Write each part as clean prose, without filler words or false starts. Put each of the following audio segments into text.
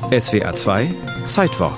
SWR 2 Zeitwort.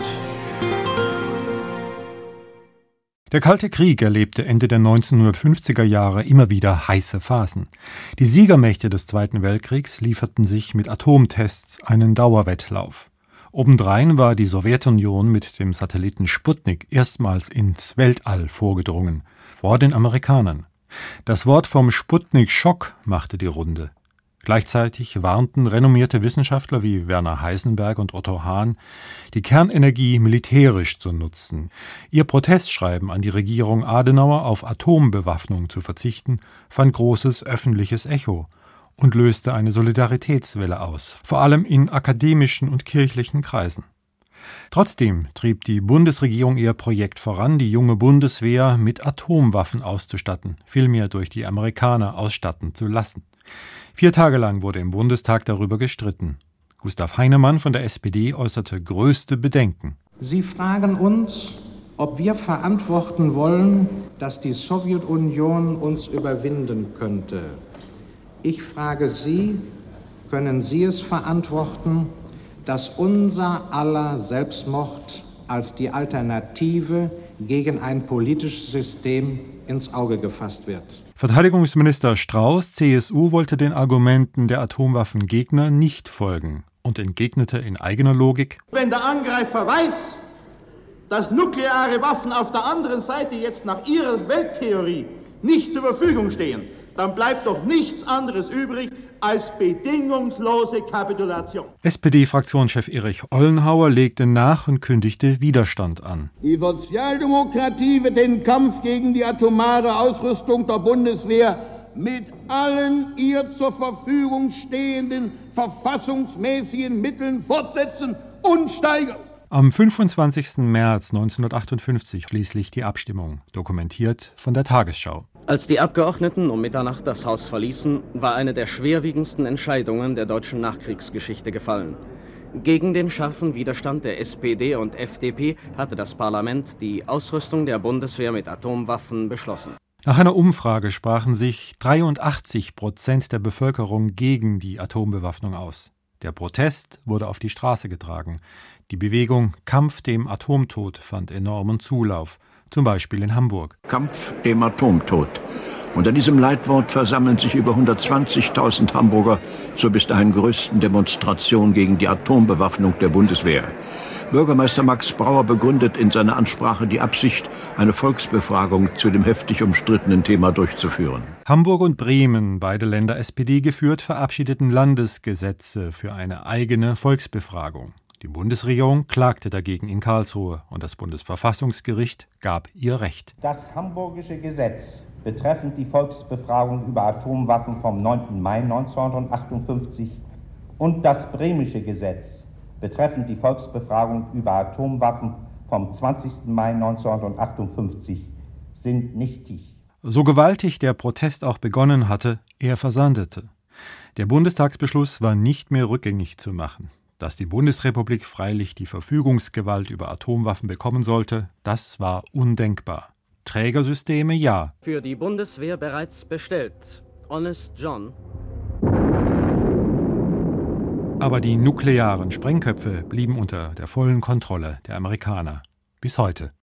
Der Kalte Krieg erlebte Ende der 1950er Jahre immer wieder heiße Phasen. Die Siegermächte des Zweiten Weltkriegs lieferten sich mit Atomtests einen Dauerwettlauf. Obendrein war die Sowjetunion mit dem Satelliten Sputnik erstmals ins Weltall vorgedrungen, vor den Amerikanern. Das Wort vom Sputnik-Schock machte die Runde. Gleichzeitig warnten renommierte Wissenschaftler wie Werner Heisenberg und Otto Hahn, die Kernenergie militärisch zu nutzen. Ihr Protestschreiben an die Regierung Adenauer, auf Atombewaffnung zu verzichten, fand großes öffentliches Echo und löste eine Solidaritätswelle aus, vor allem in akademischen und kirchlichen Kreisen. Trotzdem trieb die Bundesregierung ihr Projekt voran, die junge Bundeswehr mit Atomwaffen auszustatten, vielmehr durch die Amerikaner ausstatten zu lassen. 4 Tage lang wurde im Bundestag darüber gestritten. Gustav Heinemann von der SPD äußerte größte Bedenken. Sie fragen uns, ob wir verantworten wollen, dass die Sowjetunion uns überwinden könnte. Ich frage Sie, können Sie es verantworten, dass unser aller Selbstmord als die Alternative gegen ein politisches System ins Auge gefasst wird? Verteidigungsminister Strauß, CSU, wollte den Argumenten der Atomwaffengegner nicht folgen und entgegnete in eigener Logik: Wenn der Angreifer weiß, dass nukleare Waffen auf der anderen Seite jetzt nach ihrer Welttheorie nicht zur Verfügung stehen, dann bleibt doch nichts anderes übrig als bedingungslose Kapitulation. SPD-Fraktionschef Erich Ollenhauer legte nach und kündigte Widerstand an. Die Sozialdemokratie wird den Kampf gegen die atomare Ausrüstung der Bundeswehr mit allen ihr zur Verfügung stehenden verfassungsmäßigen Mitteln fortsetzen und steigern. Am 25. März 1958 schließlich die Abstimmung, dokumentiert von der Tagesschau. Als die Abgeordneten um Mitternacht das Haus verließen, war eine der schwerwiegendsten Entscheidungen der deutschen Nachkriegsgeschichte gefallen. Gegen den scharfen Widerstand der SPD und FDP hatte das Parlament die Ausrüstung der Bundeswehr mit Atomwaffen beschlossen. Nach einer Umfrage sprachen sich 83% der Bevölkerung gegen die Atombewaffnung aus. Der Protest wurde auf die Straße getragen. Die Bewegung Kampf dem Atomtod fand enormen Zulauf, zum Beispiel in Hamburg. Kampf dem Atomtod. Unter diesem Leitwort versammeln sich über 120.000 Hamburger zur bis dahin größten Demonstration gegen die Atombewaffnung der Bundeswehr. Bürgermeister Max Brauer begründet in seiner Ansprache die Absicht, eine Volksbefragung zu dem heftig umstrittenen Thema durchzuführen. Hamburg und Bremen, beide Länder SPD geführt, verabschiedeten Landesgesetze für eine eigene Volksbefragung. Die Bundesregierung klagte dagegen in Karlsruhe und das Bundesverfassungsgericht gab ihr Recht. Das Hamburgische Gesetz betreffend die Volksbefragung über Atomwaffen vom 9. Mai 1958 und das Bremische Gesetz betreffend die Volksbefragung über Atomwaffen vom 20. Mai 1958 sind nichtig. So gewaltig der Protest auch begonnen hatte, er versandete. Der Bundestagsbeschluss war nicht mehr rückgängig zu machen. Dass die Bundesrepublik freilich die Verfügungsgewalt über Atomwaffen bekommen sollte, das war undenkbar. Trägersysteme ja. Für die Bundeswehr bereits bestellt. Honest John. Aber die nuklearen Sprengköpfe blieben unter der vollen Kontrolle der Amerikaner. Bis heute.